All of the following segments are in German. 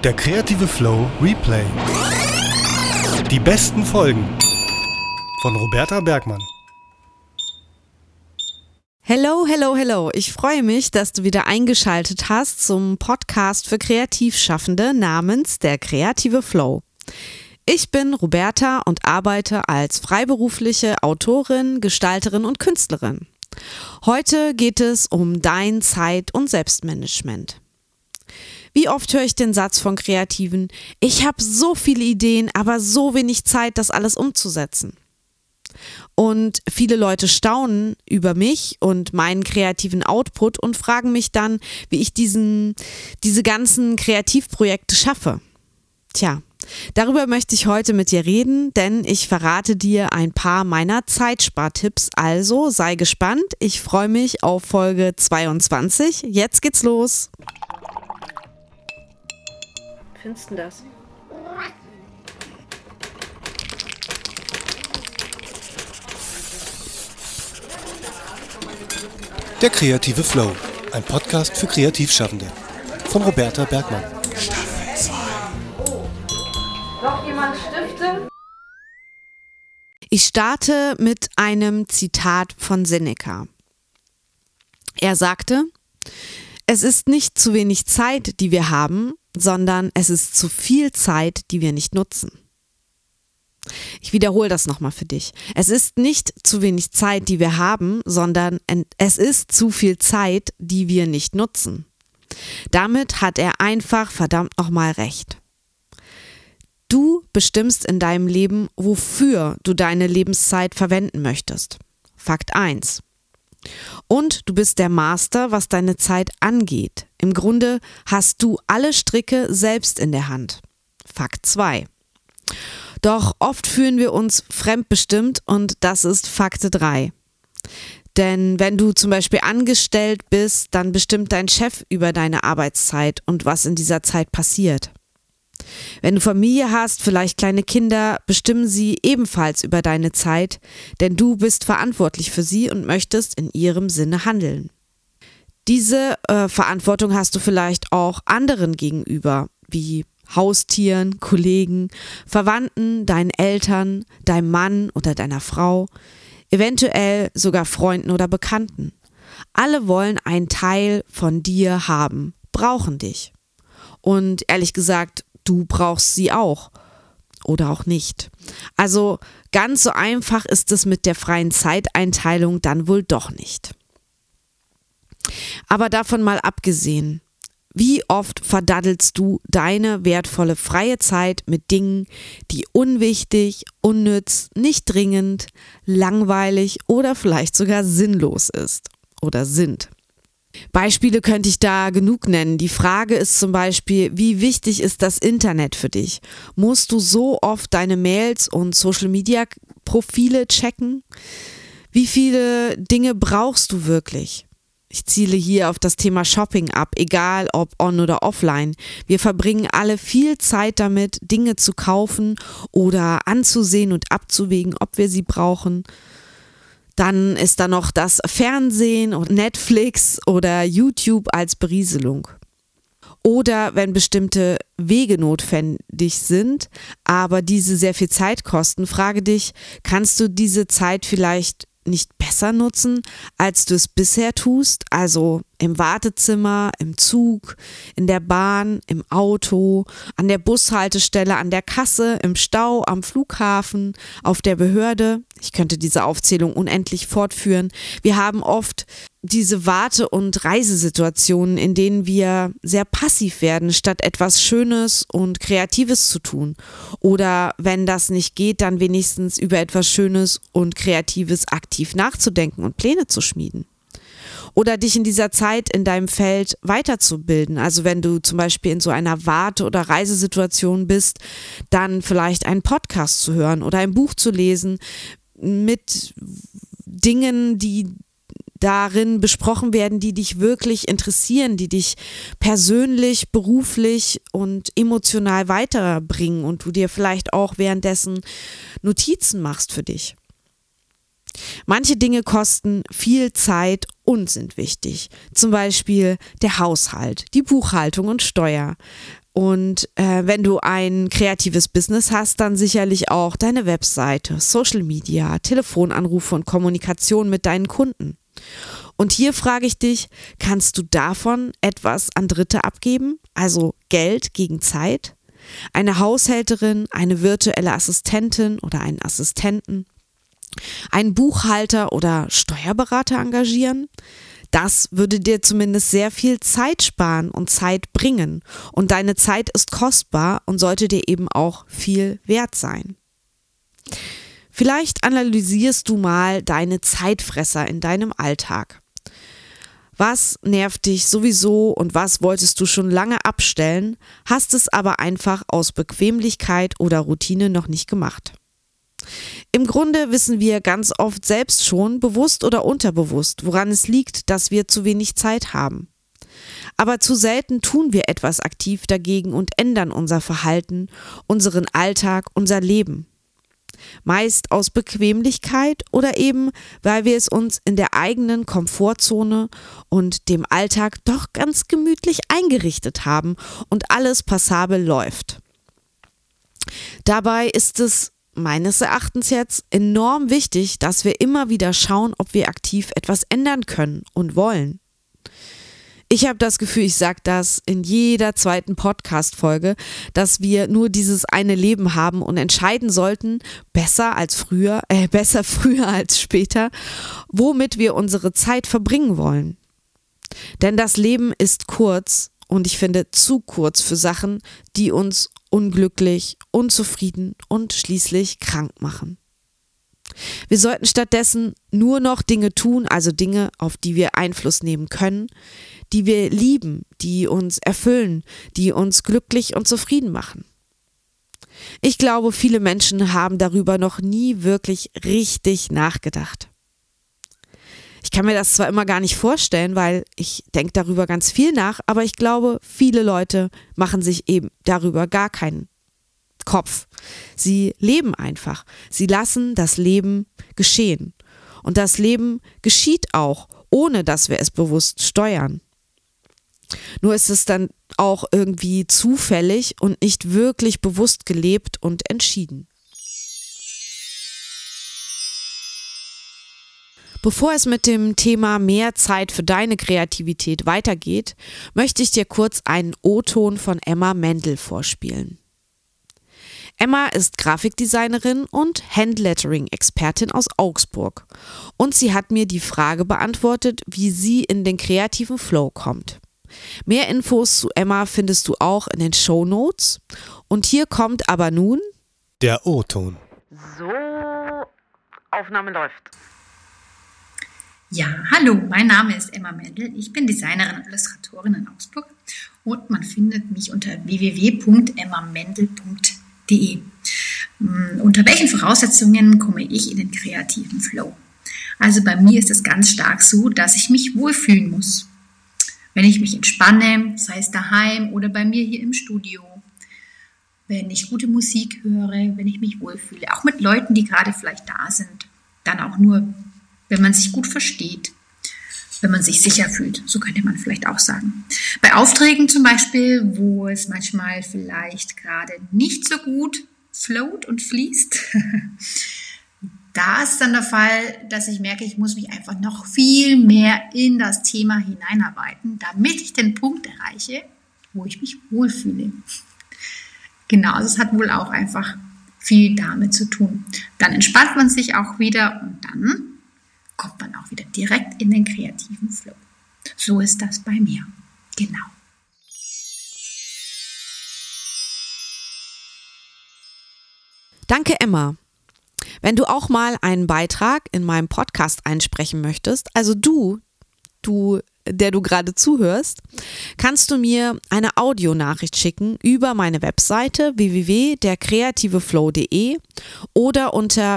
Der kreative Flow Replay. Die besten Folgen von Roberta Bergmann. Hello, hello, hello. Ich freue mich, dass du wieder eingeschaltet hast zum Podcast für Kreativschaffende namens Der kreative Flow. Ich bin Roberta und arbeite als freiberufliche Autorin, Gestalterin und Künstlerin. Heute geht es um dein Zeit- und Selbstmanagement. Wie oft höre ich den Satz von Kreativen: Ich habe so viele Ideen, aber so wenig Zeit, das alles umzusetzen. Und viele Leute staunen über mich und meinen kreativen Output und fragen mich dann, wie ich diese ganzen Kreativprojekte schaffe. Tja, darüber möchte ich heute mit dir reden, denn ich verrate dir ein paar meiner Zeitspartipps. Also sei gespannt, ich freue mich auf Folge 22. Jetzt geht's los. Wie findest du das? Der kreative Flow, ein Podcast für Kreativschaffende von Roberta Bergmann. Staffel 2. Noch jemand Stifte? Ich starte mit einem Zitat von Seneca. Er sagte: Es ist nicht zu wenig Zeit, die wir haben, sondern es ist zu viel Zeit, die wir nicht nutzen. Ich wiederhole das nochmal für dich. Es ist nicht zu wenig Zeit, die wir haben, sondern es ist zu viel Zeit, die wir nicht nutzen. Damit hat er einfach verdammt nochmal recht. Du bestimmst in deinem Leben, wofür du deine Lebenszeit verwenden möchtest. Fakt 1. Und du bist der Master, was deine Zeit angeht. Im Grunde hast du alle Stricke selbst in der Hand. Fakt 2. Doch oft fühlen wir uns fremdbestimmt und das ist Fakt 3. Denn wenn du zum Beispiel angestellt bist, dann bestimmt dein Chef über deine Arbeitszeit und was in dieser Zeit passiert. Wenn du Familie hast, vielleicht kleine Kinder, bestimmen sie ebenfalls über deine Zeit, denn du bist verantwortlich für sie und möchtest in ihrem Sinne handeln. Diese Verantwortung hast du vielleicht auch anderen gegenüber, wie Haustieren, Kollegen, Verwandten, deinen Eltern, deinem Mann oder deiner Frau, eventuell sogar Freunden oder Bekannten. Alle wollen einen Teil von dir haben, brauchen dich. Und ehrlich gesagt, du brauchst sie auch oder auch nicht. Also ganz so einfach ist es mit der freien Zeiteinteilung dann wohl doch nicht. Aber davon mal abgesehen, wie oft verdaddelst du deine wertvolle freie Zeit mit Dingen, die unwichtig, unnütz, nicht dringend, langweilig oder vielleicht sogar sinnlos ist oder sind? Beispiele könnte ich da genug nennen. Die Frage ist zum Beispiel: Wie wichtig ist das Internet für dich? Musst du so oft deine Mails und Social-Media-Profile checken? Wie viele Dinge brauchst du wirklich? Ich ziele hier auf das Thema Shopping ab, egal ob on oder offline. Wir verbringen alle viel Zeit damit, Dinge zu kaufen oder anzusehen und abzuwägen, ob wir sie brauchen. Dann ist da noch das Fernsehen und Netflix oder YouTube als Berieselung. Oder wenn bestimmte Wege notwendig sind, aber diese sehr viel Zeit kosten, frage dich: Kannst du diese Zeit vielleicht nicht besser nutzen, als du es bisher tust? Also im Wartezimmer, im Zug, in der Bahn, im Auto, an der Bushaltestelle, an der Kasse, im Stau, am Flughafen, auf der Behörde. Ich könnte diese Aufzählung unendlich fortführen. Wir haben oft diese Warte- und Reisesituationen, in denen wir sehr passiv werden, statt etwas Schönes und Kreatives zu tun. Oder wenn das nicht geht, dann wenigstens über etwas Schönes und Kreatives aktiv nachzudenken und Pläne zu schmieden. Oder dich in dieser Zeit in deinem Feld weiterzubilden. Also wenn du zum Beispiel in so einer Warte- oder Reisesituation bist, dann vielleicht einen Podcast zu hören oder ein Buch zu lesen mit Dingen, die darin besprochen werden, die dich wirklich interessieren, die dich persönlich, beruflich und emotional weiterbringen und du dir vielleicht auch währenddessen Notizen machst für dich. Manche Dinge kosten viel Zeit und sind wichtig. Zum Beispiel der Haushalt, die Buchhaltung und Steuer. Und wenn du ein kreatives Business hast, dann sicherlich auch deine Webseite, Social Media, Telefonanrufe und Kommunikation mit deinen Kunden. Und hier frage ich dich, kannst du davon etwas an Dritte abgeben? Also Geld gegen Zeit? Eine Haushälterin, eine virtuelle Assistentin oder einen Assistenten? Einen Buchhalter oder Steuerberater engagieren? Das würde dir zumindest sehr viel Zeit sparen und Zeit bringen. Und deine Zeit ist kostbar und sollte dir eben auch viel wert sein. Vielleicht analysierst du mal deine Zeitfresser in deinem Alltag. Was nervt dich sowieso und was wolltest du schon lange abstellen, hast es aber einfach aus Bequemlichkeit oder Routine noch nicht gemacht. Im Grunde wissen wir ganz oft selbst schon, bewusst oder unterbewusst, woran es liegt, dass wir zu wenig Zeit haben. Aber zu selten tun wir etwas aktiv dagegen und ändern unser Verhalten, unseren Alltag, unser Leben. Meist aus Bequemlichkeit oder eben, weil wir es uns in der eigenen Komfortzone und dem Alltag doch ganz gemütlich eingerichtet haben und alles passabel läuft. Dabei ist es meines Erachtens jetzt enorm wichtig, dass wir immer wieder schauen, ob wir aktiv etwas ändern können und wollen. Ich habe das Gefühl, ich sage das in jeder zweiten Podcast-Folge, dass wir nur dieses eine Leben haben und entscheiden sollten, besser früher als später, womit wir unsere Zeit verbringen wollen. Denn das Leben ist kurz und ich finde zu kurz für Sachen, die uns unglücklich, unzufrieden und schließlich krank machen. Wir sollten stattdessen nur noch Dinge tun, also Dinge, auf die wir Einfluss nehmen können, die wir lieben, die uns erfüllen, die uns glücklich und zufrieden machen. Ich glaube, viele Menschen haben darüber noch nie wirklich richtig nachgedacht. Ich kann mir das zwar immer gar nicht vorstellen, weil ich denke darüber ganz viel nach, aber ich glaube, viele Leute machen sich eben darüber gar keinen Kopf. Sie leben einfach. Sie lassen das Leben geschehen. Und das Leben geschieht auch, ohne dass wir es bewusst steuern. Nur ist es dann auch irgendwie zufällig und nicht wirklich bewusst gelebt und entschieden. Bevor es mit dem Thema mehr Zeit für deine Kreativität weitergeht, möchte ich dir kurz einen O-Ton von Emma Mendel vorspielen. Emma ist Grafikdesignerin und Handlettering-Expertin aus Augsburg und sie hat mir die Frage beantwortet, wie sie in den kreativen Flow kommt. Mehr Infos zu Emma findest du auch in den Shownotes und hier kommt aber nun der O-Ton. So, Aufnahme läuft. Ja, hallo, mein Name ist Emma Mendel. Ich bin Designerin und Illustratorin in Augsburg und man findet mich unter www.emmamendel.de. Unter welchen Voraussetzungen komme ich in den kreativen Flow? Also bei mir ist es ganz stark so, dass ich mich wohlfühlen muss. Wenn ich mich entspanne, sei es daheim oder bei mir hier im Studio, wenn ich gute Musik höre, wenn ich mich wohlfühle, auch mit Leuten, die gerade vielleicht da sind, dann auch nur, wenn man sich gut versteht, wenn man sich sicher fühlt, so könnte man vielleicht auch sagen. Bei Aufträgen zum Beispiel, wo es manchmal vielleicht gerade nicht so gut float und fließt, da ist dann der Fall, dass ich merke, ich muss mich einfach noch viel mehr in das Thema hineinarbeiten, damit ich den Punkt erreiche, wo ich mich wohlfühle. Genau, das hat wohl auch einfach viel damit zu tun. Dann entspannt man sich auch wieder und dann kommt man auch wieder direkt in den kreativen Flow. So ist das bei mir. Genau. Danke, Emma. Wenn du auch mal einen Beitrag in meinem Podcast einsprechen möchtest, also du, der du gerade zuhörst, kannst du mir eine Audionachricht schicken über meine Webseite www.derkreativeflow.de oder unter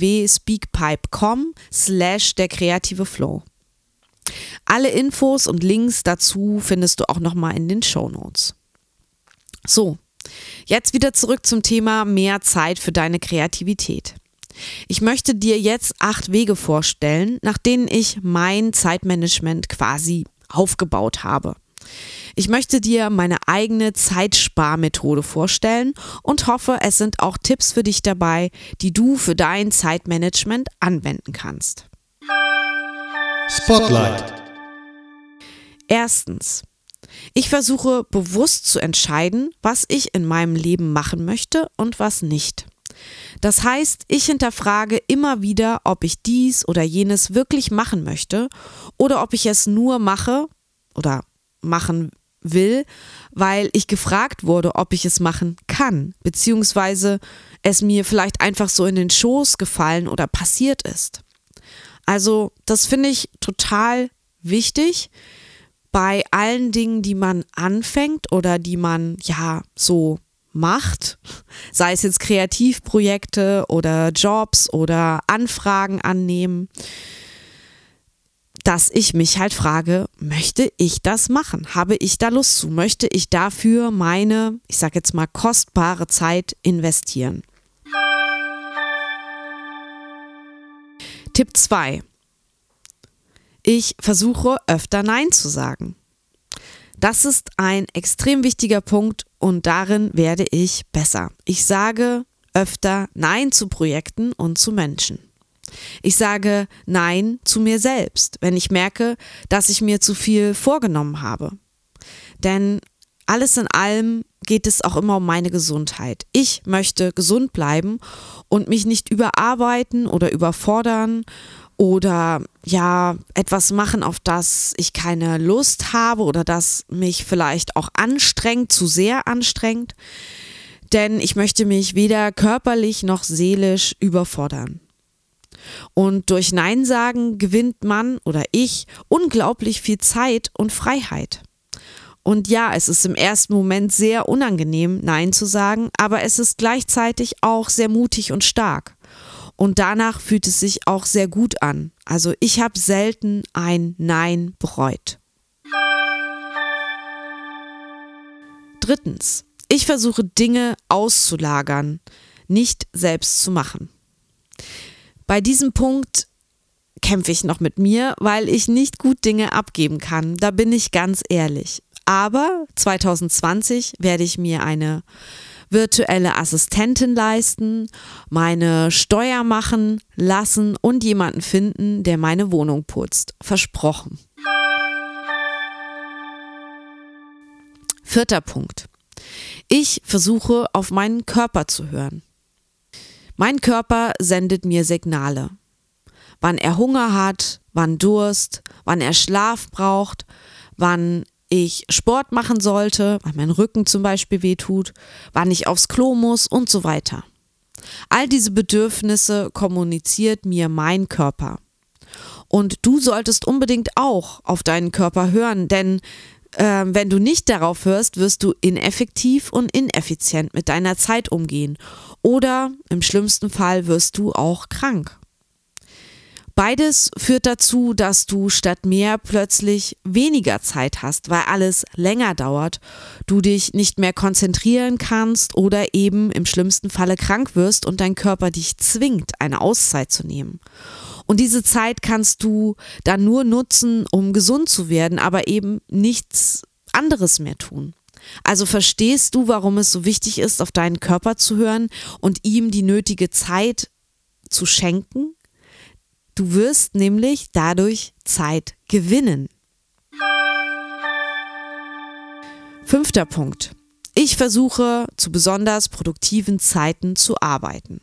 www.speakpipe.com/derkreativeflow. Alle Infos und Links dazu findest du auch nochmal in den Shownotes. So, jetzt wieder zurück zum Thema mehr Zeit für deine Kreativität. Ich möchte dir jetzt 8 Wege vorstellen, nach denen ich mein Zeitmanagement quasi aufgebaut habe. Ich möchte dir meine eigene Zeitsparmethode vorstellen und hoffe, es sind auch Tipps für dich dabei, die du für dein Zeitmanagement anwenden kannst. Spotlight. Erstens. Ich versuche bewusst zu entscheiden, was ich in meinem Leben machen möchte und was nicht. Das heißt, ich hinterfrage immer wieder, ob ich dies oder jenes wirklich machen möchte oder ob ich es nur mache oder machen will, weil ich gefragt wurde, ob ich es machen kann, beziehungsweise es mir vielleicht einfach so in den Schoß gefallen oder passiert ist. Also das finde ich total wichtig bei allen Dingen, die man anfängt oder die man so macht, sei es jetzt Kreativprojekte oder Jobs oder Anfragen annehmen, dass ich mich halt frage, möchte ich das machen? Habe ich da Lust zu? Möchte ich dafür meine, ich sage jetzt mal, kostbare Zeit investieren? Tipp 2. Ich versuche öfter Nein zu sagen. Das ist ein extrem wichtiger Punkt und darin werde ich besser. Ich sage öfter Nein zu Projekten und zu Menschen. Ich sage Nein zu mir selbst, wenn ich merke, dass ich mir zu viel vorgenommen habe. Denn alles in allem geht es auch immer um meine Gesundheit. Ich möchte gesund bleiben und mich nicht überarbeiten oder überfordern oder etwas machen, auf das ich keine Lust habe oder das mich vielleicht auch anstrengt, zu sehr anstrengt. Denn ich möchte mich weder körperlich noch seelisch überfordern. Und durch Nein sagen gewinnt man oder ich unglaublich viel Zeit und Freiheit. Und ja, es ist im ersten Moment sehr unangenehm, Nein zu sagen, aber es ist gleichzeitig auch sehr mutig und stark. Und danach fühlt es sich auch sehr gut an. Also ich habe selten ein Nein bereut. Drittens, ich versuche Dinge auszulagern, nicht selbst zu machen. Bei diesem Punkt kämpfe ich noch mit mir, weil ich nicht gut Dinge abgeben kann. Da bin ich ganz ehrlich. Aber 2020 werde ich mir eine virtuelle Assistentin leisten, meine Steuer machen lassen und jemanden finden, der meine Wohnung putzt. Versprochen. 4. Punkt. Ich versuche, auf meinen Körper zu hören. Mein Körper sendet mir Signale. Wann er Hunger hat, wann Durst, wann er Schlaf braucht, wann ich Sport machen sollte, weil mein Rücken zum Beispiel wehtut, wann ich aufs Klo muss und so weiter. All diese Bedürfnisse kommuniziert mir mein Körper. Und du solltest unbedingt auch auf deinen Körper hören, denn wenn du nicht darauf hörst, wirst du ineffektiv und ineffizient mit deiner Zeit umgehen oder im schlimmsten Fall wirst du auch krank. Beides führt dazu, dass du statt mehr plötzlich weniger Zeit hast, weil alles länger dauert, du dich nicht mehr konzentrieren kannst oder eben im schlimmsten Falle krank wirst und dein Körper dich zwingt, eine Auszeit zu nehmen. Und diese Zeit kannst du dann nur nutzen, um gesund zu werden, aber eben nichts anderes mehr tun. Also verstehst du, warum es so wichtig ist, auf deinen Körper zu hören und ihm die nötige Zeit zu schenken? Du wirst nämlich dadurch Zeit gewinnen. 5. Punkt. Ich versuche, zu besonders produktiven Zeiten zu arbeiten.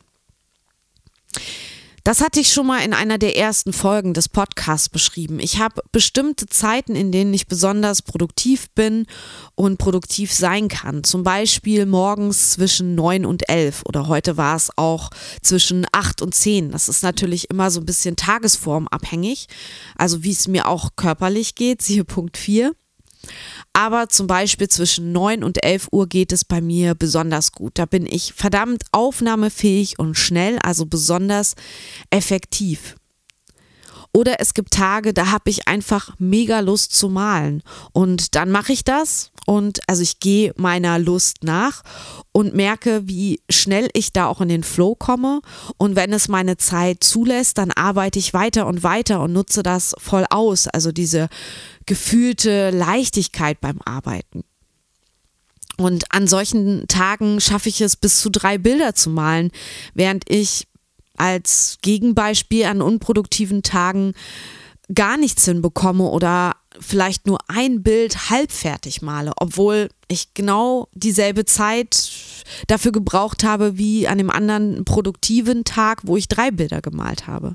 Das hatte ich schon mal in einer der ersten Folgen des Podcasts beschrieben. Ich habe bestimmte Zeiten, in denen ich besonders produktiv bin und produktiv sein kann. Zum Beispiel morgens zwischen 9 und 11 oder heute war es auch zwischen 8 und 10. Das ist natürlich immer so ein bisschen tagesformabhängig, also wie es mir auch körperlich geht, siehe Punkt 4. Aber zum Beispiel zwischen 9 und 11 Uhr geht es bei mir besonders gut. Da bin ich verdammt aufnahmefähig und schnell, also besonders effektiv. Oder es gibt Tage, da habe ich einfach mega Lust zu malen und dann mache ich das und also ich gehe meiner Lust nach und merke, wie schnell ich da auch in den Flow komme, und wenn es meine Zeit zulässt, dann arbeite ich weiter und nutze das voll aus, also diese gefühlte Leichtigkeit beim Arbeiten. Und an solchen Tagen schaffe ich es, bis zu 3 Bilder zu malen, während ich als Gegenbeispiel an unproduktiven Tagen gar nichts hinbekomme oder vielleicht nur ein Bild halbfertig male, obwohl ich genau dieselbe Zeit dafür gebraucht habe wie an dem anderen produktiven Tag, wo ich 3 Bilder gemalt habe.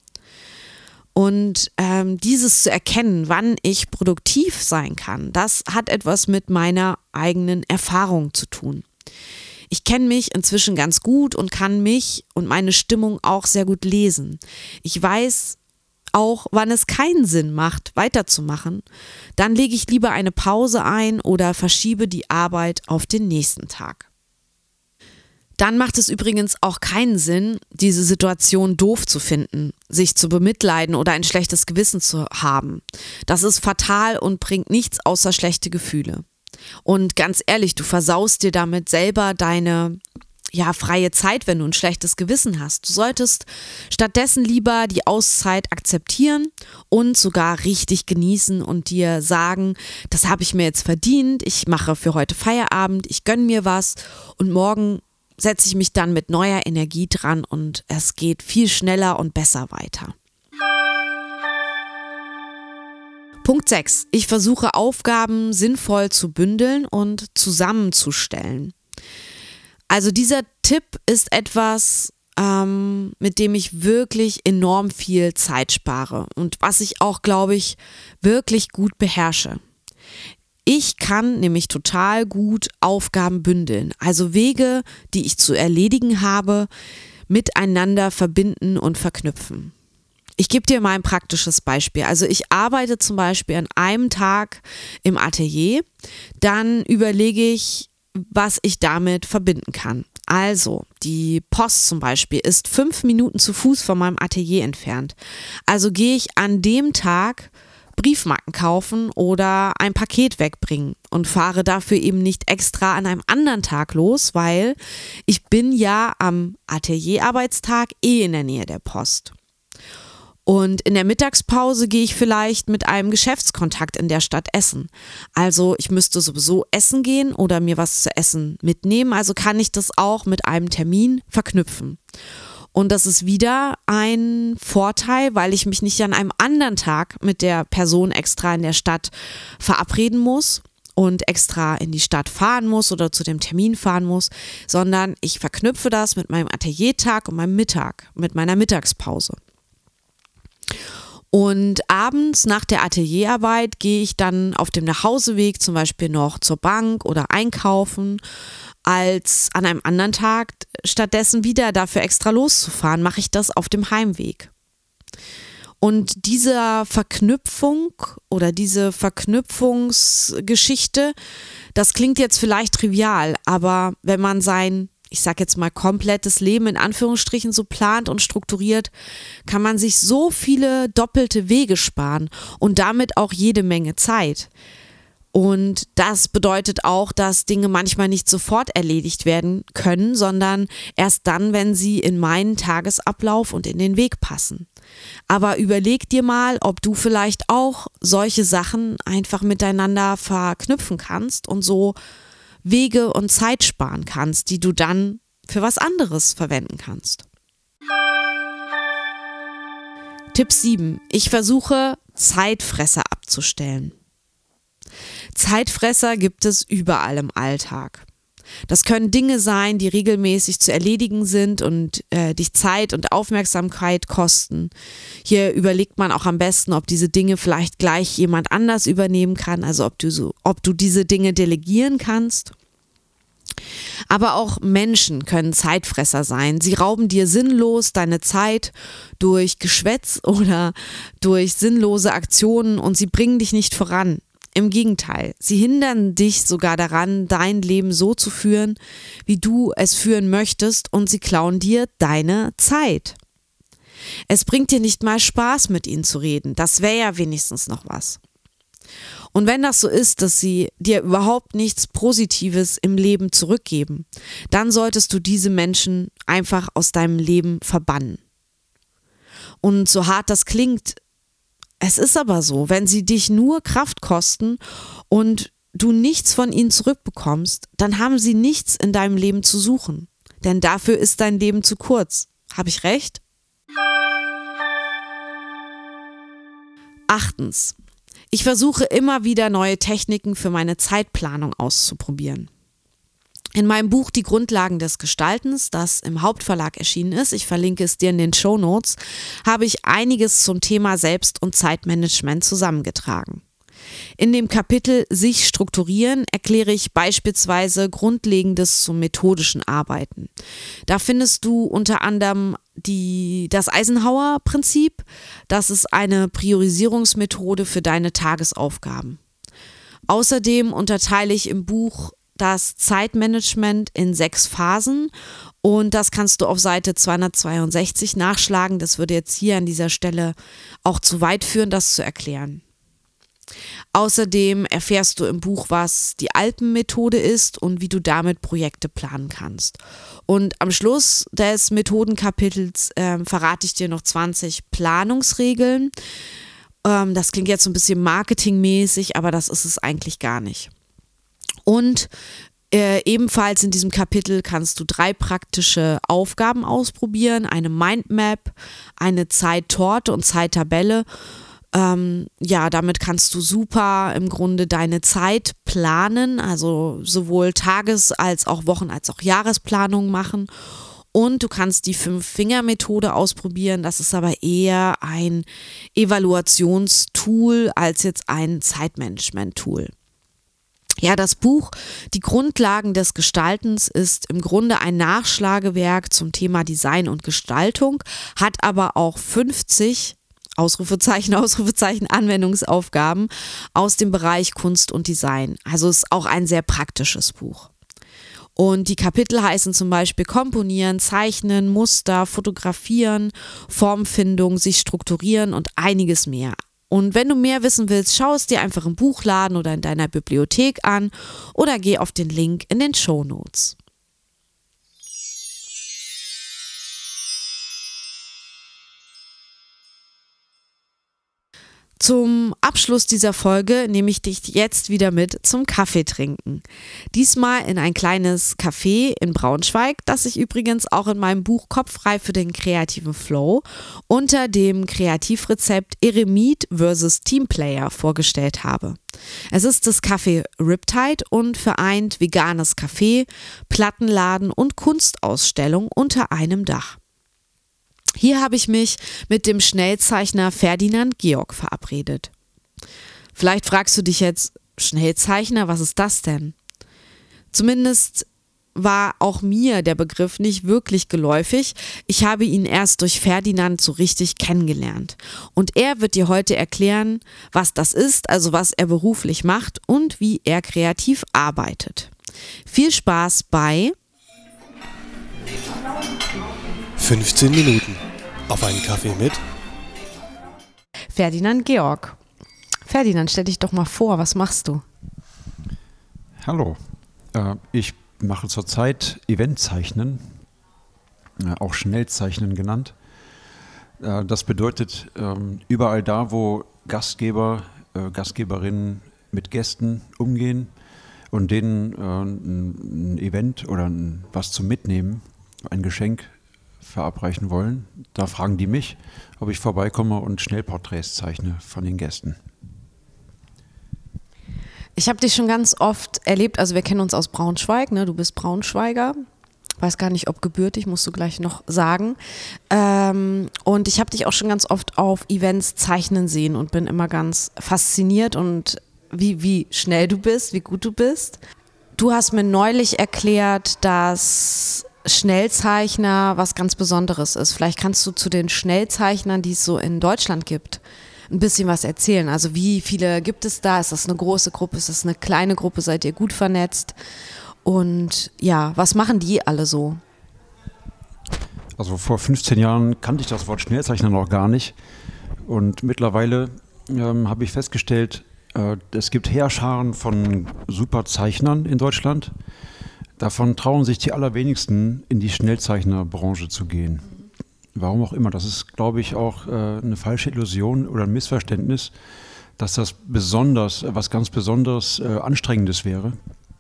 Und dieses zu erkennen, wann ich produktiv sein kann, das hat etwas mit meiner eigenen Erfahrung zu tun. Ich kenne mich inzwischen ganz gut und kann mich und meine Stimmung auch sehr gut lesen. Ich weiß auch, wann es keinen Sinn macht, weiterzumachen. Dann lege ich lieber eine Pause ein oder verschiebe die Arbeit auf den nächsten Tag. Dann macht es übrigens auch keinen Sinn, diese Situation doof zu finden, sich zu bemitleiden oder ein schlechtes Gewissen zu haben. Das ist fatal und bringt nichts außer schlechte Gefühle. Und ganz ehrlich, du versaust dir damit selber deine freie Zeit, wenn du ein schlechtes Gewissen hast. Du solltest stattdessen lieber die Auszeit akzeptieren und sogar richtig genießen und dir sagen, das habe ich mir jetzt verdient, ich mache für heute Feierabend, ich gönne mir was und morgen setze ich mich dann mit neuer Energie dran und es geht viel schneller und besser weiter. Punkt 6. Ich versuche Aufgaben sinnvoll zu bündeln und zusammenzustellen. Also dieser Tipp ist etwas, mit dem ich wirklich enorm viel Zeit spare und was ich auch, glaube ich, wirklich gut beherrsche. Ich kann nämlich total gut Aufgaben bündeln, also Wege, die ich zu erledigen habe, miteinander verbinden und verknüpfen. Ich gebe dir mal ein praktisches Beispiel. Also ich arbeite zum Beispiel an einem Tag im Atelier, dann überlege ich, was ich damit verbinden kann. Also die Post zum Beispiel ist 5 Minuten zu Fuß von meinem Atelier entfernt. Also gehe ich an dem Tag Briefmarken kaufen oder ein Paket wegbringen und fahre dafür eben nicht extra an einem anderen Tag los, weil ich bin ja am Atelierarbeitstag in der Nähe der Post. Und in der Mittagspause gehe ich vielleicht mit einem Geschäftskontakt in der Stadt essen. Also ich müsste sowieso essen gehen oder mir was zu essen mitnehmen, also kann ich das auch mit einem Termin verknüpfen. Und das ist wieder ein Vorteil, weil ich mich nicht an einem anderen Tag mit der Person extra in der Stadt verabreden muss und extra in die Stadt fahren muss oder zu dem Termin fahren muss, sondern ich verknüpfe das mit meinem Ateliertag und meinem Mittag, mit meiner Mittagspause. Und abends nach der Atelierarbeit gehe ich dann auf dem Nachhauseweg zum Beispiel noch zur Bank oder einkaufen, als an einem anderen Tag stattdessen wieder dafür extra loszufahren, mache ich das auf dem Heimweg. Und diese Verknüpfung oder diese Verknüpfungsgeschichte, das klingt jetzt vielleicht trivial, aber wenn man sein, ich sag jetzt mal, komplettes Leben in Anführungsstrichen so plant und strukturiert, kann man sich so viele doppelte Wege sparen und damit auch jede Menge Zeit. Und das bedeutet auch, dass Dinge manchmal nicht sofort erledigt werden können, sondern erst dann, wenn sie in meinen Tagesablauf und in den Weg passen. Aber überleg dir mal, ob du vielleicht auch solche Sachen einfach miteinander verknüpfen kannst und so Wege und Zeit sparen kannst, die du dann für was anderes verwenden kannst. Tipp 7. Ich versuche, Zeitfresser abzustellen. Zeitfresser gibt es überall im Alltag. Das können Dinge sein, die regelmäßig zu erledigen sind und dich Zeit und Aufmerksamkeit kosten. Hier überlegt man auch am besten, ob diese Dinge vielleicht gleich jemand anders übernehmen kann, also ob du diese Dinge delegieren kannst. Aber auch Menschen können Zeitfresser sein. Sie rauben dir sinnlos deine Zeit durch Geschwätz oder durch sinnlose Aktionen und sie bringen dich nicht voran. Im Gegenteil, sie hindern dich sogar daran, dein Leben so zu führen, wie du es führen möchtest, und sie klauen dir deine Zeit. Es bringt dir nicht mal Spaß, mit ihnen zu reden. Das wäre ja wenigstens noch was. Und wenn das so ist, dass sie dir überhaupt nichts Positives im Leben zurückgeben, dann solltest du diese Menschen einfach aus deinem Leben verbannen. Und so hart das klingt, es ist aber so, wenn sie dich nur Kraft kosten und du nichts von ihnen zurückbekommst, dann haben sie nichts in deinem Leben zu suchen. Denn dafür ist dein Leben zu kurz. Habe ich recht? 8. Ich versuche immer wieder neue Techniken für meine Zeitplanung auszuprobieren. In meinem Buch Die Grundlagen des Gestaltens, das im Hauptverlag erschienen ist, ich verlinke es dir in den Shownotes, habe ich einiges zum Thema Selbst- und Zeitmanagement zusammengetragen. In dem Kapitel Sich strukturieren erkläre ich beispielsweise Grundlegendes zum methodischen Arbeiten. Da findest du unter anderem das Eisenhower-Prinzip. Das ist eine Priorisierungsmethode für deine Tagesaufgaben. Außerdem unterteile ich im Buch das Zeitmanagement in 6 Phasen und das kannst du auf Seite 262 nachschlagen. Das würde jetzt hier an dieser Stelle auch zu weit führen, das zu erklären. Außerdem erfährst du im Buch, was die Alpenmethode ist und wie du damit Projekte planen kannst. Und am Schluss des Methodenkapitels verrate ich dir noch 20 Planungsregeln. Das klingt jetzt so ein bisschen marketingmäßig, aber das ist es eigentlich gar nicht. Und ebenfalls in diesem Kapitel kannst du 3 praktische Aufgaben ausprobieren, eine Mindmap, eine Zeittorte und Zeittabelle. Damit kannst du super im Grunde deine Zeit planen, also sowohl Tages- als auch Wochen- als auch Jahresplanung machen. Und du kannst die 5-Finger-Methode ausprobieren. Das ist aber eher ein Evaluationstool als jetzt ein Zeitmanagement-Tool. Ja, das Buch Die Grundlagen des Gestaltens ist im Grunde ein Nachschlagewerk zum Thema Design und Gestaltung, hat aber auch 50 Ausrufezeichen, Anwendungsaufgaben aus dem Bereich Kunst und Design. Also ist auch ein sehr praktisches Buch. Und die Kapitel heißen zum Beispiel Komponieren, Zeichnen, Muster, Fotografieren, Formfindung, sich strukturieren und einiges mehr. Und wenn du mehr wissen willst, schau es dir einfach im Buchladen oder in deiner Bibliothek an oder geh auf den Link in den Shownotes. Zum Abschluss dieser Folge nehme ich dich jetzt wieder mit zum Kaffee trinken. Diesmal in ein kleines Café in Braunschweig, das ich übrigens auch in meinem Buch Kopffrei für den kreativen Flow unter dem Kreativrezept Eremit vs. Teamplayer vorgestellt habe. Es ist das Café Riptide und vereint veganes Café, Plattenladen und Kunstausstellung unter einem Dach. Hier habe ich mich mit dem Schnellzeichner Ferdinand Georg verabredet. Vielleicht fragst du dich jetzt, Schnellzeichner, was ist das denn? Zumindest war auch mir der Begriff nicht wirklich geläufig. Ich habe ihn erst durch Ferdinand so richtig kennengelernt. Und er wird dir heute erklären, was das ist, also was er beruflich macht und wie er kreativ arbeitet. Viel Spaß bei 15 Minuten auf einen Kaffee mit Ferdinand Georg. Ferdinand, stell dich doch mal vor, was machst du? Hallo, ich mache zurzeit Eventzeichnen, auch Schnellzeichnen genannt. Das bedeutet, überall da, wo Gastgeber, Gastgeberinnen mit Gästen umgehen und denen ein Event oder was zum Mitnehmen, ein Geschenk verabreichen wollen, da fragen die mich, ob ich vorbeikomme und Schnellporträts zeichne von den Gästen. Ich habe dich schon ganz oft erlebt, also wir kennen uns aus Braunschweig, ne? Du bist Braunschweiger, weiß gar nicht, ob gebürtig, musst du gleich noch sagen. Und ich habe dich auch schon ganz oft auf Events zeichnen sehen und bin immer ganz fasziniert und wie schnell du bist, wie gut du bist. Du hast mir neulich erklärt, dass Schnellzeichner was ganz Besonderes ist. Vielleicht kannst du zu den Schnellzeichnern, die es so in Deutschland gibt, ein bisschen was erzählen. Also wie viele gibt es da? Ist das eine große Gruppe? Ist das eine kleine Gruppe? Seid ihr gut vernetzt? Und ja, was machen die alle so? Also vor 15 Jahren kannte ich das Wort Schnellzeichner noch gar nicht. Und mittlerweile habe ich festgestellt, es gibt Heerscharen von Superzeichnern in Deutschland. Davon trauen sich die allerwenigsten, in die Schnellzeichnerbranche zu gehen. Warum auch immer. Das ist, glaube ich, auch eine falsche Illusion oder ein Missverständnis, dass das was ganz besonders Anstrengendes wäre.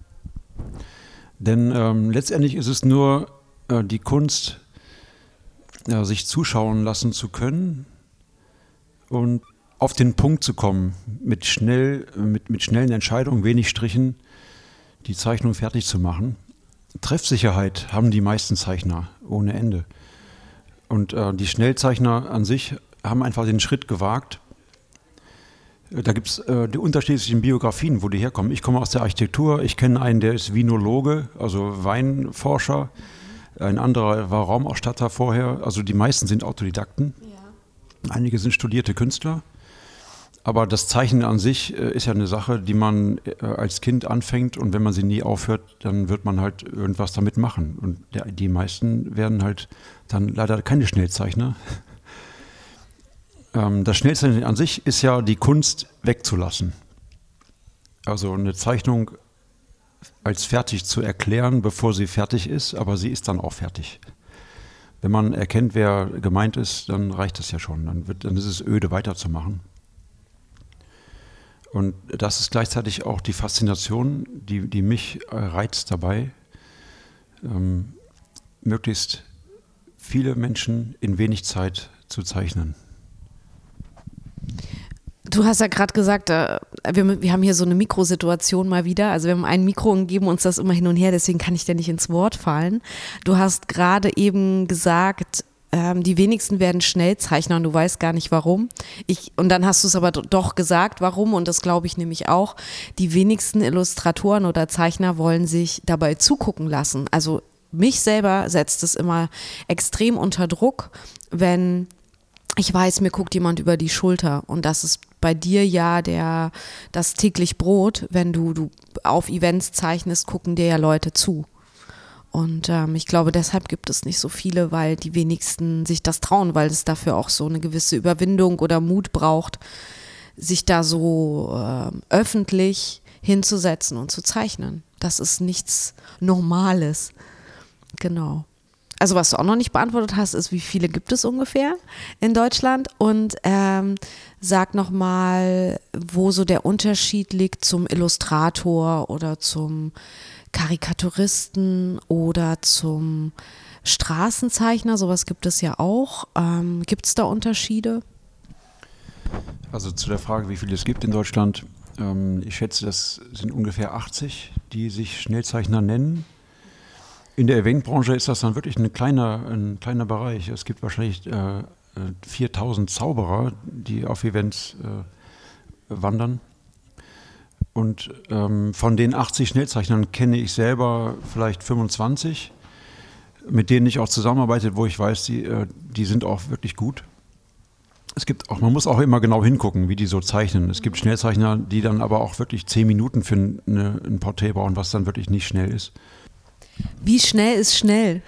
Denn letztendlich ist es nur die Kunst, sich zuschauen lassen zu können und auf den Punkt zu kommen, mit schnellen Entscheidungen, wenig Strichen, die Zeichnung fertig zu machen. Treffsicherheit haben die meisten Zeichner ohne Ende. Und die Schnellzeichner an sich haben einfach den Schritt gewagt. Da gibt es die unterschiedlichen Biografien, wo die herkommen. Ich komme aus der Architektur, ich kenne einen, der ist Vinologe, also Weinforscher. Ein anderer war Raumausstatter vorher. Also die meisten sind Autodidakten. Ja. Einige sind studierte Künstler. Aber das Zeichnen an sich ist ja eine Sache, die man als Kind anfängt und wenn man sie nie aufhört, dann wird man halt irgendwas damit machen. Und die meisten werden halt dann leider keine Schnellzeichner. Das Schnellzeichnen an sich ist ja die Kunst wegzulassen. Also eine Zeichnung als fertig zu erklären, bevor sie fertig ist, aber sie ist dann auch fertig. Wenn man erkennt, wer gemeint ist, dann reicht das ja schon. Dann ist es öde, weiterzumachen. Und das ist gleichzeitig auch die Faszination, die mich reizt dabei, möglichst viele Menschen in wenig Zeit zu zeichnen. Du hast ja gerade gesagt, wir haben hier so eine Mikrosituation mal wieder. Also wir haben ein Mikro und geben uns das immer hin und her, deswegen kann ich dir nicht ins Wort fallen. Du hast gerade eben gesagt, die wenigsten werden Schnellzeichner und du weißt gar nicht warum. Und dann hast du es aber doch gesagt, warum, und das glaube ich nämlich auch. Die wenigsten Illustratoren oder Zeichner wollen sich dabei zugucken lassen. Also mich selber setzt es immer extrem unter Druck, wenn ich weiß, mir guckt jemand über die Schulter, und das ist bei dir ja das täglich Brot. Wenn du auf Events zeichnest, gucken dir ja Leute zu. Und ich glaube, deshalb gibt es nicht so viele, weil die wenigsten sich das trauen, weil es dafür auch so eine gewisse Überwindung oder Mut braucht, sich da so öffentlich hinzusetzen und zu zeichnen. Das ist nichts Normales. Genau. Also was du auch noch nicht beantwortet hast, ist, wie viele gibt es ungefähr in Deutschland? Und sag nochmal, wo so der Unterschied liegt zum Illustrator oder zum Karikaturisten oder zum Straßenzeichner. Sowas gibt es ja auch. Gibt es da Unterschiede? Also zu der Frage, wie viele es gibt in Deutschland. Ich schätze, das sind ungefähr 80, die sich Schnellzeichner nennen. In der Eventbranche ist das dann wirklich ein kleiner Bereich. Es gibt wahrscheinlich 4000 Zauberer, die auf Events wandern. Und von den 80 Schnellzeichnern kenne ich selber vielleicht 25, mit denen ich auch zusammenarbeite, wo ich weiß, die sind auch wirklich gut. Man muss auch immer genau hingucken, wie die so zeichnen. Es gibt Schnellzeichner, die dann aber auch wirklich 10 Minuten für ein Porträt brauchen, was dann wirklich nicht schnell ist. Wie schnell ist schnell?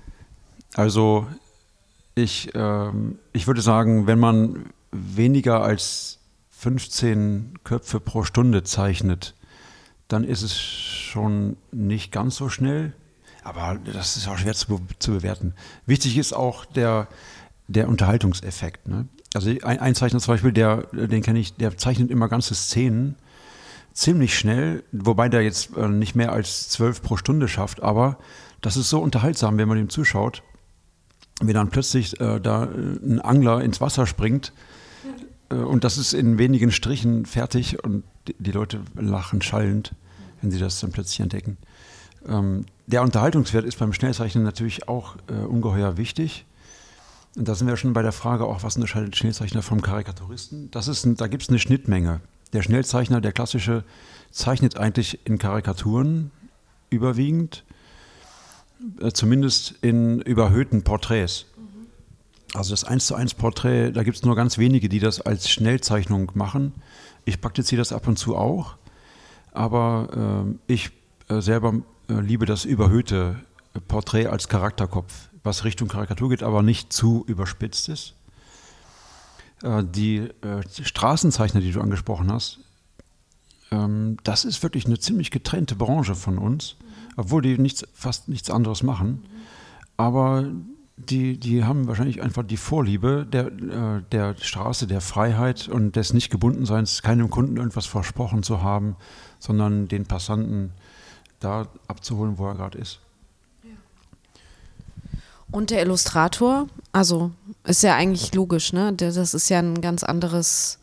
Also ich würde sagen, wenn man weniger als 15 Köpfe pro Stunde zeichnet, dann ist es schon nicht ganz so schnell. Aber das ist auch schwer zu bewerten. Wichtig ist auch der Unterhaltungseffekt. Ne? Also ein Zeichner zum Beispiel, den kenne ich, der zeichnet immer ganze Szenen ziemlich schnell, wobei der jetzt nicht mehr als 12 pro Stunde schafft, aber das ist so unterhaltsam, wenn man ihm zuschaut, wie dann plötzlich da ein Angler ins Wasser springt und das ist in wenigen Strichen fertig und die Leute lachen schallend, wenn sie das dann plötzlich entdecken. Der Unterhaltungswert ist beim Schnellzeichnen natürlich auch ungeheuer wichtig. Und da sind wir schon bei der Frage auch, was unterscheidet Schnellzeichner vom Karikaturisten? Da gibt es eine Schnittmenge. Der Schnellzeichner, der klassische, zeichnet eigentlich in Karikaturen überwiegend, zumindest in überhöhten Porträts. Also das 1:1 Porträt, da gibt es nur ganz wenige, die das als Schnellzeichnung machen. Ich praktiziere das ab und zu auch, aber ich selber liebe das überhöhte Porträt als Charakterkopf, was Richtung Karikatur geht, aber nicht zu überspitzt ist. Die Straßenzeichner, die du angesprochen hast, das ist wirklich eine ziemlich getrennte Branche von uns, obwohl die fast nichts anderes machen. Aber die haben wahrscheinlich einfach die Vorliebe der Straße, der Freiheit und des Nicht-Gebundenseins, keinem Kunden irgendwas versprochen zu haben, sondern den Passanten da abzuholen, wo er gerade ist. Und der Illustrator, also ist ja eigentlich logisch, ne? Das ist ja ein ganz andere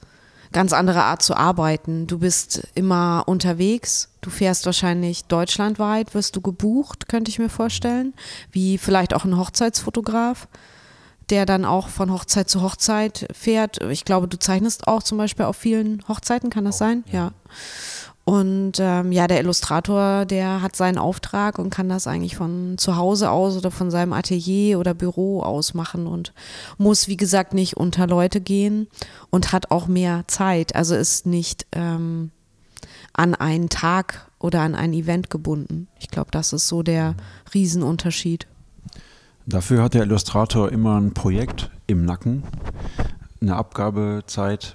Art zu arbeiten. Du bist immer unterwegs, du fährst wahrscheinlich deutschlandweit, wirst du gebucht, könnte ich mir vorstellen, wie vielleicht auch ein Hochzeitsfotograf, der dann auch von Hochzeit zu Hochzeit fährt. Ich glaube, du zeichnest auch zum Beispiel auf vielen Hochzeiten, kann das sein? Ja. Und der Illustrator, der hat seinen Auftrag und kann das eigentlich von zu Hause aus oder von seinem Atelier oder Büro aus machen und muss, wie gesagt, nicht unter Leute gehen und hat auch mehr Zeit. Also ist nicht an einen Tag oder an ein Event gebunden. Ich glaube, das ist so der Riesenunterschied. Dafür hat der Illustrator immer ein Projekt im Nacken, eine Abgabezeit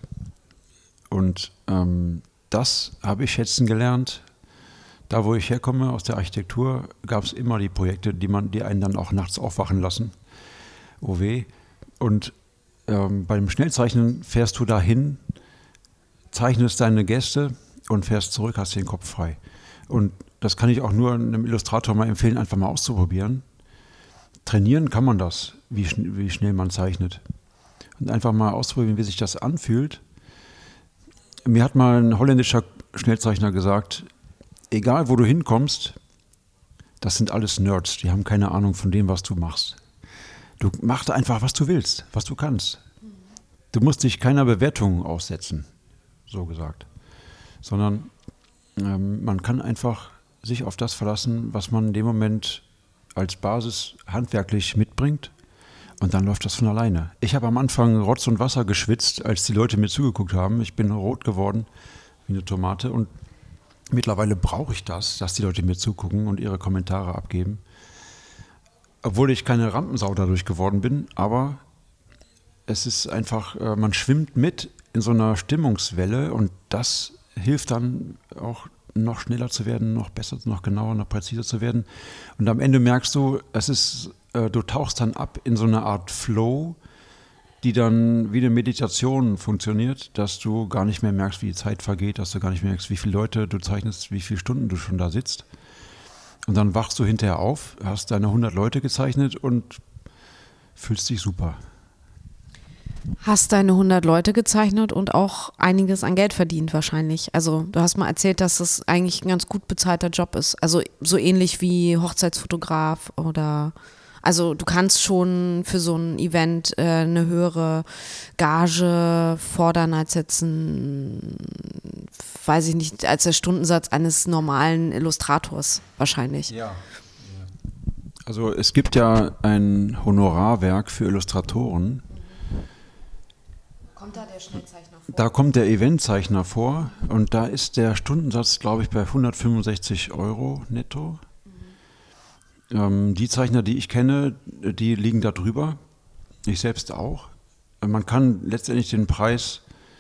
und das habe ich schätzen gelernt. Da, wo ich herkomme, aus der Architektur, gab es immer die Projekte, die einen dann auch nachts aufwachen lassen. Oh weh. Und beim Schnellzeichnen fährst du dahin, zeichnest deine Gäste und fährst zurück, hast den Kopf frei. Und das kann ich auch nur einem Illustrator mal empfehlen, einfach mal auszuprobieren. Trainieren kann man das, wie schnell man zeichnet. Und einfach mal ausprobieren, wie sich das anfühlt. Mir hat mal ein holländischer Schnellzeichner gesagt, egal wo du hinkommst, das sind alles Nerds, die haben keine Ahnung von dem, was du machst. Du machst einfach, was du willst, was du kannst. Du musst dich keiner Bewertung aussetzen, so gesagt. Sondern man kann einfach sich auf das verlassen, was man in dem Moment als Basis handwerklich mitbringt. Und dann läuft das von alleine. Ich habe am Anfang Rotz und Wasser geschwitzt, als die Leute mir zugeguckt haben. Ich bin rot geworden wie eine Tomate. Und mittlerweile brauche ich das, dass die Leute mir zugucken und ihre Kommentare abgeben. Obwohl ich keine Rampensau dadurch geworden bin. Aber es ist einfach, man schwimmt mit in so einer Stimmungswelle. Und das hilft dann auch noch schneller zu werden, noch besser, noch genauer, noch präziser zu werden. Und am Ende merkst du, du tauchst dann ab in so eine Art Flow, die dann wie eine Meditation funktioniert, dass du gar nicht mehr merkst, wie die Zeit vergeht, dass du gar nicht mehr merkst, wie viele Leute du zeichnest, wie viele Stunden du schon da sitzt. Und dann wachst du hinterher auf, hast deine 100 Leute gezeichnet und fühlst dich super. Hast deine 100 Leute gezeichnet und auch einiges an Geld verdient wahrscheinlich. Also du hast mal erzählt, dass es eigentlich ein ganz gut bezahlter Job ist. Also so ähnlich wie Hochzeitsfotograf oder... Also du kannst schon für so ein Event eine höhere Gage fordern als jetzt weiß ich nicht, als der Stundensatz eines normalen Illustrators wahrscheinlich. Ja. Also es gibt ja ein Honorarwerk für Illustratoren. Kommt da der Schnellzeichner vor? Da kommt der Eventzeichner vor und da ist der Stundensatz, glaube ich, bei 165 € netto. Die Zeichner, die ich kenne, die liegen da drüber. Ich selbst auch. Man kann letztendlich den Preis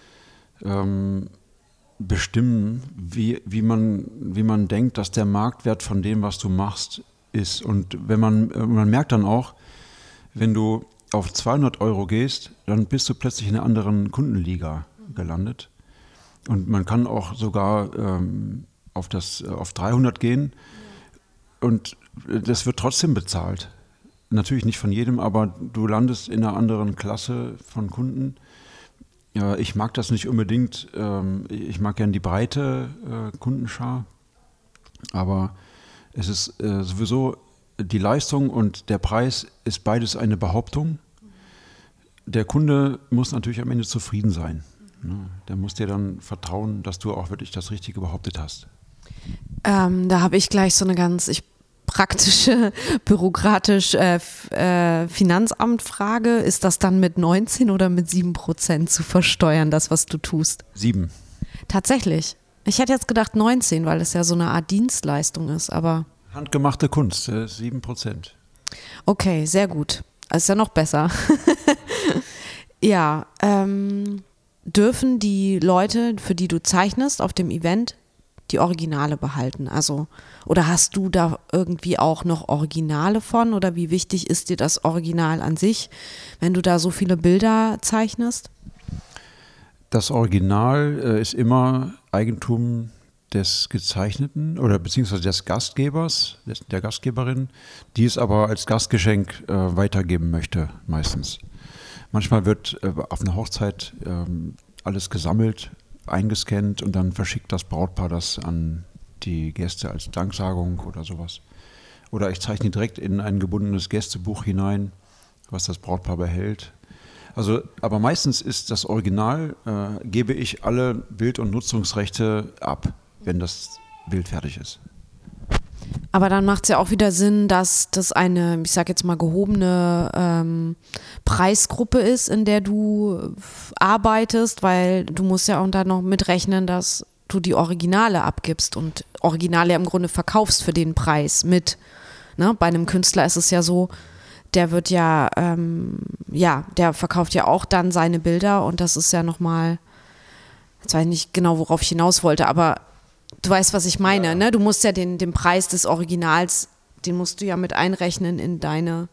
bestimmen, wie man denkt, dass der Marktwert von dem, was du machst, ist. Und man merkt dann auch, wenn du auf 200 € gehst, dann bist du plötzlich in einer anderen Kundenliga gelandet. Und man kann auch sogar auf 300 gehen und das wird trotzdem bezahlt. Natürlich nicht von jedem, aber du landest in einer anderen Klasse von Kunden. Ja, ich mag das nicht unbedingt. Ich mag gern die breite Kundenschar. Aber es ist sowieso die Leistung und der Preis ist beides eine Behauptung. Der Kunde muss natürlich am Ende zufrieden sein. Der muss dir dann vertrauen, dass du auch wirklich das Richtige behauptet hast. Da habe ich gleich so eine ganz praktische, bürokratisch Finanzamtfrage. Ist das dann mit 19 oder mit 7% zu versteuern, das, was du tust? 7. Tatsächlich. Ich hätte jetzt gedacht 19, weil es ja so eine Art Dienstleistung ist, aber... Handgemachte Kunst, 7%. Okay, sehr gut. Ist ja noch besser. Ja, dürfen die Leute, für die du zeichnest auf dem Event, die Originale behalten? Also, oder hast du da irgendwie auch noch Originale von? Oder wie wichtig ist dir das Original an sich, wenn du da so viele Bilder zeichnest? Das Original ist immer Eigentum des Gezeichneten oder beziehungsweise des Gastgebers, der Gastgeberin, die es aber als Gastgeschenk weitergeben möchte, meistens. Manchmal wird auf einer Hochzeit alles gesammelt, eingescannt und dann verschickt das Brautpaar das an die Gäste als Danksagung oder sowas. Oder ich zeichne direkt in ein gebundenes Gästebuch hinein, was das Brautpaar behält. Also, aber meistens ist das Original, gebe ich alle Bild- und Nutzungsrechte ab, wenn das Bild fertig ist. Aber dann macht es ja auch wieder Sinn, dass das eine, ich sag jetzt mal, gehobene Preisgruppe ist, in der du arbeitest, weil du musst ja auch dann noch mitrechnen, dass du die Originale abgibst und Originale im Grunde verkaufst für den Preis mit. Ne? Bei einem Künstler ist es ja so, der wird ja, der verkauft ja auch dann seine Bilder und das ist ja nochmal, jetzt weiß ich nicht genau, worauf ich hinaus wollte, aber du weißt, was ich meine, ja. Ne? Du musst ja den Preis des Originals, den musst du ja mit einrechnen in dein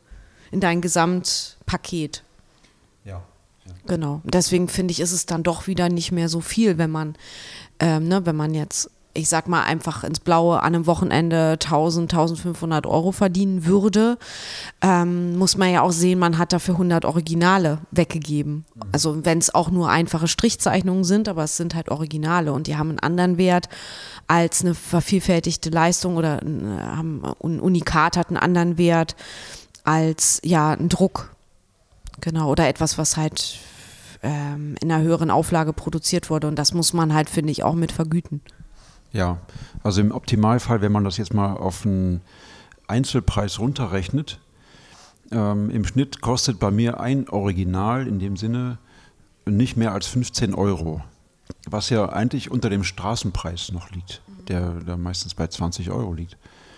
Gesamtpaket. Ja. Genau. Deswegen finde ich, ist es dann doch wieder nicht mehr so viel, wenn man jetzt, ich sag mal, einfach ins Blaue an einem Wochenende 1.500 Euro verdienen würde, muss man ja auch sehen, man hat dafür 100 Originale weggegeben. Also wenn es auch nur einfache Strichzeichnungen sind, aber es sind halt Originale und die haben einen anderen Wert als eine vervielfältigte Leistung oder ein Unikat hat einen anderen Wert als ein Druck. Genau, oder etwas, was halt in einer höheren Auflage produziert wurde und das muss man halt, finde ich, auch mit vergüten. Ja, also im Optimalfall, wenn man das jetzt mal auf einen Einzelpreis runterrechnet, im Schnitt kostet bei mir ein Original in dem Sinne nicht mehr als 15 Euro, was ja eigentlich unter dem Straßenpreis noch liegt, der meistens bei 20 Euro liegt.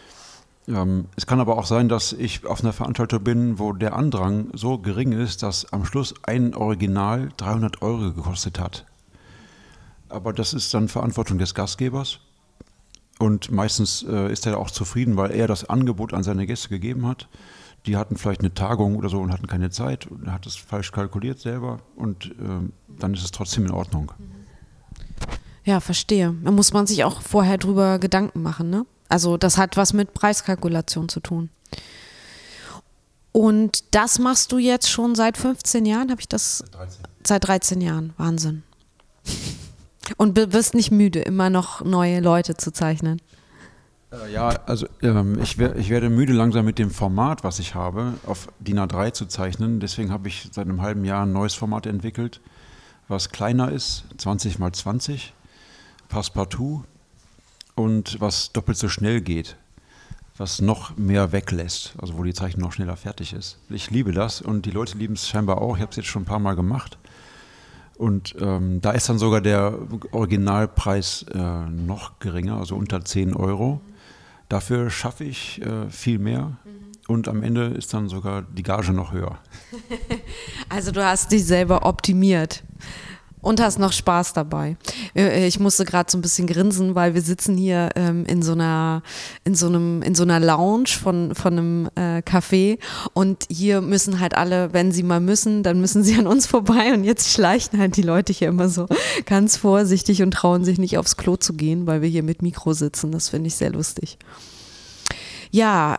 Es kann aber auch sein, dass ich auf einer Veranstaltung bin, wo der Andrang so gering ist, dass am Schluss ein Original 300 Euro gekostet hat. Aber das ist dann Verantwortung des Gastgebers und meistens ist er auch zufrieden, weil er das Angebot an seine Gäste gegeben hat. Die hatten vielleicht eine Tagung oder so und hatten keine Zeit und er hat es falsch kalkuliert selber und dann ist es trotzdem in Ordnung. Ja, verstehe. Da muss man sich auch vorher drüber Gedanken machen, ne? Also das hat was mit Preiskalkulation zu tun. Und das machst du jetzt schon seit 15 Jahren? Habe ich das? Seit 13. Seit 13 Jahren. Wahnsinn. Und wirst nicht müde, immer noch neue Leute zu zeichnen? Ja, also ich werde müde langsam mit dem Format, was ich habe, auf DIN A3 zu zeichnen. Deswegen habe ich seit einem halben Jahr ein neues Format entwickelt, was kleiner ist, 20 x 20, Passepartout und was doppelt so schnell geht, was noch mehr weglässt, also wo die Zeichnung noch schneller fertig ist. Ich liebe das und die Leute lieben es scheinbar auch. Ich habe es jetzt schon ein paar Mal gemacht. Und da ist dann sogar der Originalpreis noch geringer, also unter 10 Euro. Dafür schaffe ich viel mehr und am Ende ist dann sogar die Gage noch höher. Also du hast dich selber optimiert und hast noch Spaß dabei. Ich musste gerade so ein bisschen grinsen, weil wir sitzen hier in so einer Lounge von einem Café und hier müssen halt alle, wenn sie mal müssen, dann müssen sie an uns vorbei und jetzt schleichen halt die Leute hier immer so ganz vorsichtig und trauen sich nicht aufs Klo zu gehen, weil wir hier mit Mikro sitzen. Das finde ich sehr lustig. Ja,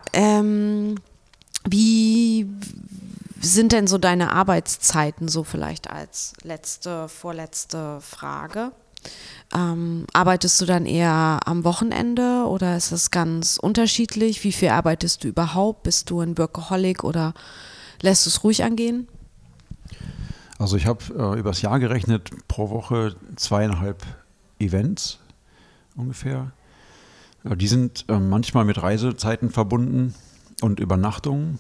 wie sind denn so deine Arbeitszeiten, so vielleicht als vorletzte Frage? Arbeitest du dann eher am Wochenende oder ist es ganz unterschiedlich? Wie viel arbeitest du überhaupt? Bist du ein Workaholic oder lässt du es ruhig angehen? Also ich habe übers Jahr gerechnet pro Woche 2,5 Events ungefähr. Die sind manchmal mit Reisezeiten verbunden und Übernachtungen.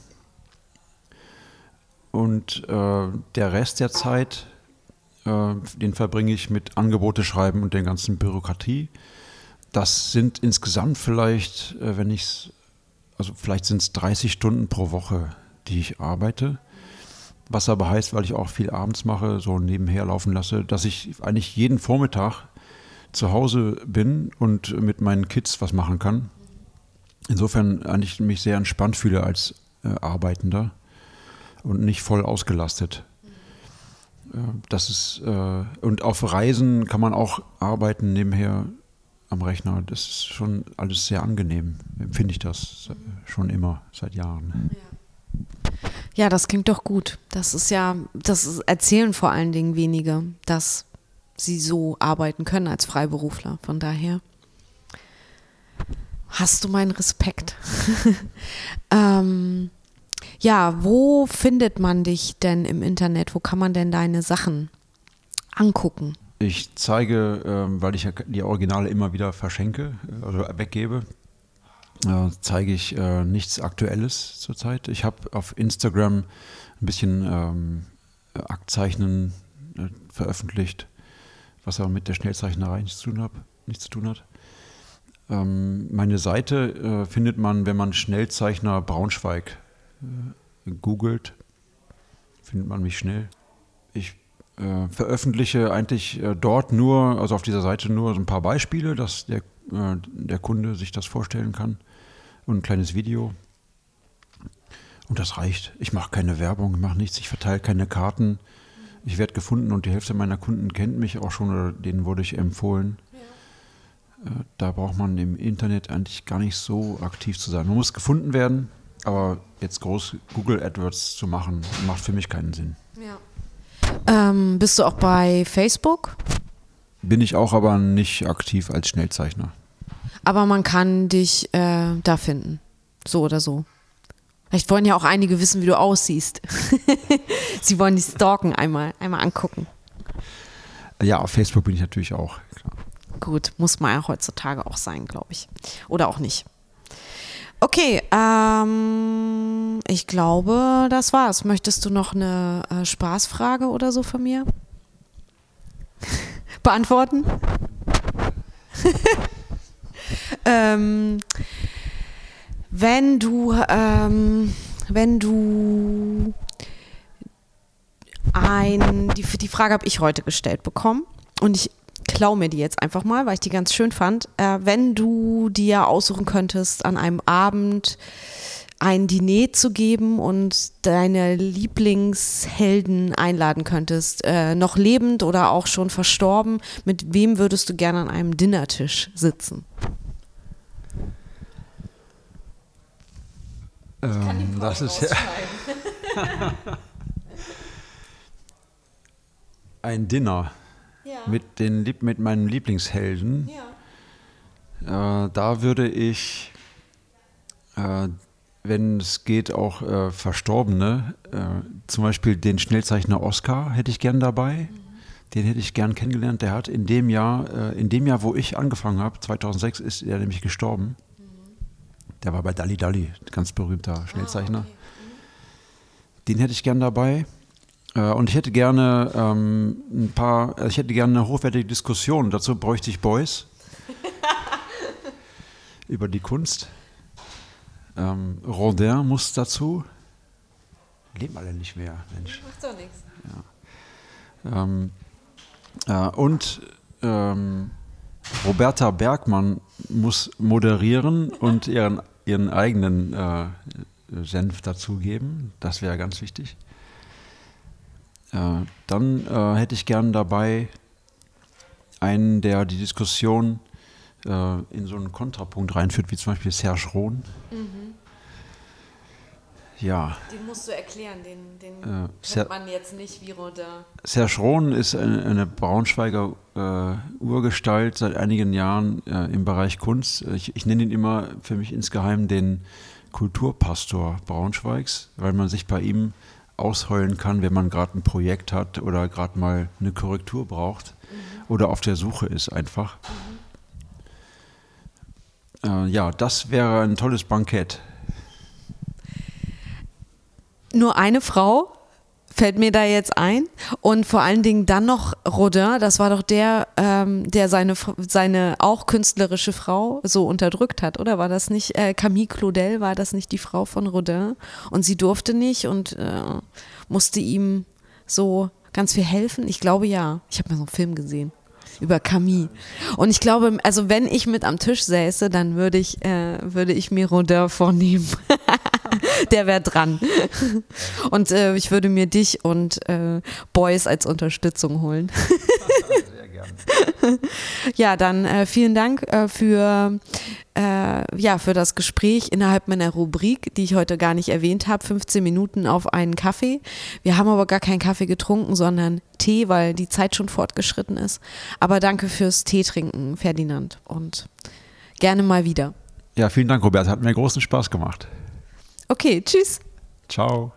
Und der Rest der Zeit, den verbringe ich mit Angebote schreiben und der ganzen Bürokratie. Das sind insgesamt vielleicht, wenn ich es also vielleicht sind es 30 Stunden pro Woche, die ich arbeite. Was aber heißt, weil ich auch viel abends mache, so nebenher laufen lasse, dass ich eigentlich jeden Vormittag zu Hause bin und mit meinen Kids was machen kann. Insofern eigentlich mich sehr entspannt fühle als Arbeitender und nicht voll ausgelastet. Das ist, und auf Reisen kann man auch arbeiten nebenher am Rechner. Das ist schon alles sehr angenehm, empfinde ich das schon immer, seit Jahren. Ja, das klingt doch gut. Erzählen vor allen Dingen wenige, dass sie so arbeiten können als Freiberufler. Von daher hast du meinen Respekt. Ja, wo findet man dich denn im Internet? Wo kann man denn deine Sachen angucken? Ich zeige, weil ich ja die Originale immer wieder verschenke oder weggebe, zeige ich nichts Aktuelles zurzeit. Ich habe auf Instagram ein bisschen Aktzeichnen veröffentlicht, was aber mit der Schnellzeichnerei nichts zu tun hat. Meine Seite findet man, wenn man Schnellzeichner Braunschweig googelt, findet man mich schnell. Ich veröffentliche eigentlich dort nur, also auf dieser Seite nur so ein paar Beispiele, dass der Kunde sich das vorstellen kann und ein kleines Video. Und das reicht. Ich mache keine Werbung, ich mache nichts, ich verteile keine Karten. Ich werde gefunden und die Hälfte meiner Kunden kennt mich auch schon oder denen wurde ich empfohlen. Ja. Da braucht man im Internet eigentlich gar nicht so aktiv zu sein. Man muss gefunden werden, aber jetzt groß Google AdWords zu machen, macht für mich keinen Sinn. Ja. Bist du auch bei Facebook? Bin ich auch, aber nicht aktiv als Schnellzeichner. Aber man kann dich da finden, so oder so. Vielleicht wollen ja auch einige wissen, wie du aussiehst. Sie wollen dich stalken, einmal angucken. Ja, auf Facebook bin ich natürlich auch. Klar. Gut, muss man ja heutzutage auch sein, glaube ich. Oder auch nicht. Okay, ich glaube, das war's. Möchtest du noch eine Spaßfrage oder so von mir beantworten? Wenn du die Frage habe ich heute gestellt bekommen und ich klaue mir die jetzt einfach mal, weil ich die ganz schön fand. Wenn du dir aussuchen könntest, an einem Abend ein Diner zu geben und deine Lieblingshelden einladen könntest, noch lebend oder auch schon verstorben, mit wem würdest du gerne an einem Dinnertisch sitzen? Das ist ja ein Dinner mit meinen Lieblingshelden. Ja. Da würde ich, wenn es geht, auch Verstorbene, zum Beispiel den Schnellzeichner Oskar hätte ich gern dabei. Den hätte ich gern kennengelernt. Der hat in dem Jahr, wo ich angefangen habe, 2006, ist er nämlich gestorben. Der war bei Dalli Dalli, ganz berühmter Schnellzeichner. Okay. Den hätte ich gern dabei. Und ich hätte gerne eine hochwertige Diskussion. Dazu bräuchte ich Beuys über die Kunst. Rodin muss dazu. Leben alle nicht mehr, Mensch. Macht doch nichts. Ja. Und Roberta Bergmann muss moderieren und ihren eigenen Senf dazugeben. Das wäre ganz wichtig. Dann hätte ich gern dabei einen, der die Diskussion in so einen Kontrapunkt reinführt, wie zum Beispiel Serge Rohn. Mhm. Ja. Den musst du erklären, den kennt man jetzt nicht wie Rodin. Serge Rohn ist eine Braunschweiger Urgestalt seit einigen Jahren im Bereich Kunst. Ich nenne ihn immer für mich insgeheim den Kulturpastor Braunschweigs, weil man sich bei ihm ausheulen kann, wenn man gerade ein Projekt hat oder gerade mal eine Korrektur braucht oder auf der Suche ist einfach. Ja, das wäre ein tolles Bankett. Nur eine Frau? fällt mir da jetzt ein. Und vor allen Dingen dann noch Rodin, das war doch der, der seine auch künstlerische Frau so unterdrückt hat, oder? War das nicht Camille Claudel, war das nicht die Frau von Rodin? Und sie durfte nicht und musste ihm so ganz viel helfen? Ich glaube ja. Ich habe mal so einen Film gesehen über Camille. Und ich glaube, also wenn ich mit am Tisch säße, dann würde ich mir Rodin vornehmen. Der wäre dran. Und ich würde mir dich und Boys als Unterstützung holen. Sehr gerne. Ja, dann vielen Dank für das Gespräch innerhalb meiner Rubrik, die ich heute gar nicht erwähnt habe, 15 Minuten auf einen Kaffee. Wir haben aber gar keinen Kaffee getrunken, sondern Tee, weil die Zeit schon fortgeschritten ist. Aber danke fürs Tee trinken, Ferdinand. Und gerne mal wieder. Ja, vielen Dank, Robert. Hat mir großen Spaß gemacht. Okay, tschüss. Ciao.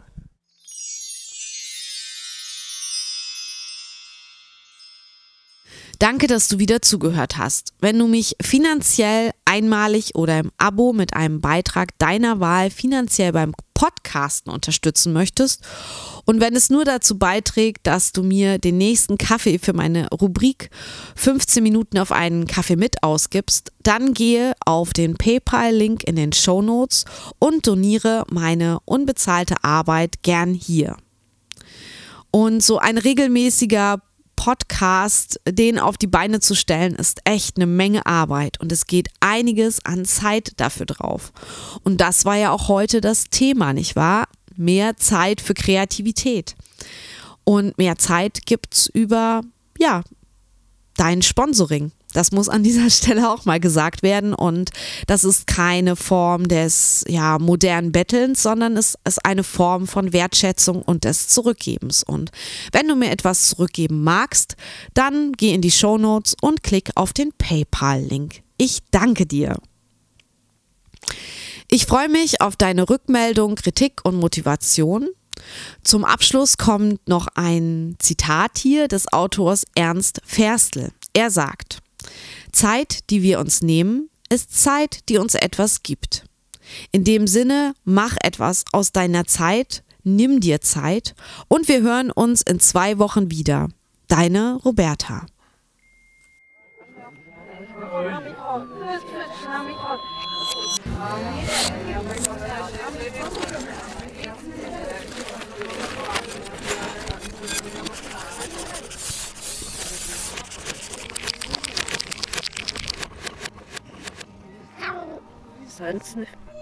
Danke, dass du wieder zugehört hast. Wenn du mich finanziell, einmalig oder im Abo mit einem Beitrag deiner Wahl finanziell beim Podcasten unterstützen möchtest und wenn es nur dazu beiträgt, dass du mir den nächsten Kaffee für meine Rubrik 15 Minuten auf einen Kaffee mit ausgibst, dann gehe auf den PayPal-Link in den Shownotes und doniere meine unbezahlte Arbeit gern hier. Und so ein regelmäßiger Podcast, den auf die Beine zu stellen, ist echt eine Menge Arbeit und es geht einiges an Zeit dafür drauf. Und das war ja auch heute das Thema, nicht wahr? Mehr Zeit für Kreativität. Und mehr Zeit gibt's über, dein Sponsoring. Das muss an dieser Stelle auch mal gesagt werden und das ist keine Form des modernen Bettelns, sondern es ist eine Form von Wertschätzung und des Zurückgebens. Und wenn du mir etwas zurückgeben magst, dann geh in die Shownotes und klick auf den PayPal-Link. Ich danke dir. Ich freue mich auf deine Rückmeldung, Kritik und Motivation. Zum Abschluss kommt noch ein Zitat hier des Autors Ernst Ferstel. Er sagt: Zeit, die wir uns nehmen, ist Zeit, die uns etwas gibt. In dem Sinne, mach etwas aus deiner Zeit, nimm dir Zeit und wir hören uns in 2 Wochen wieder. Deine Roberta. Sonst nicht.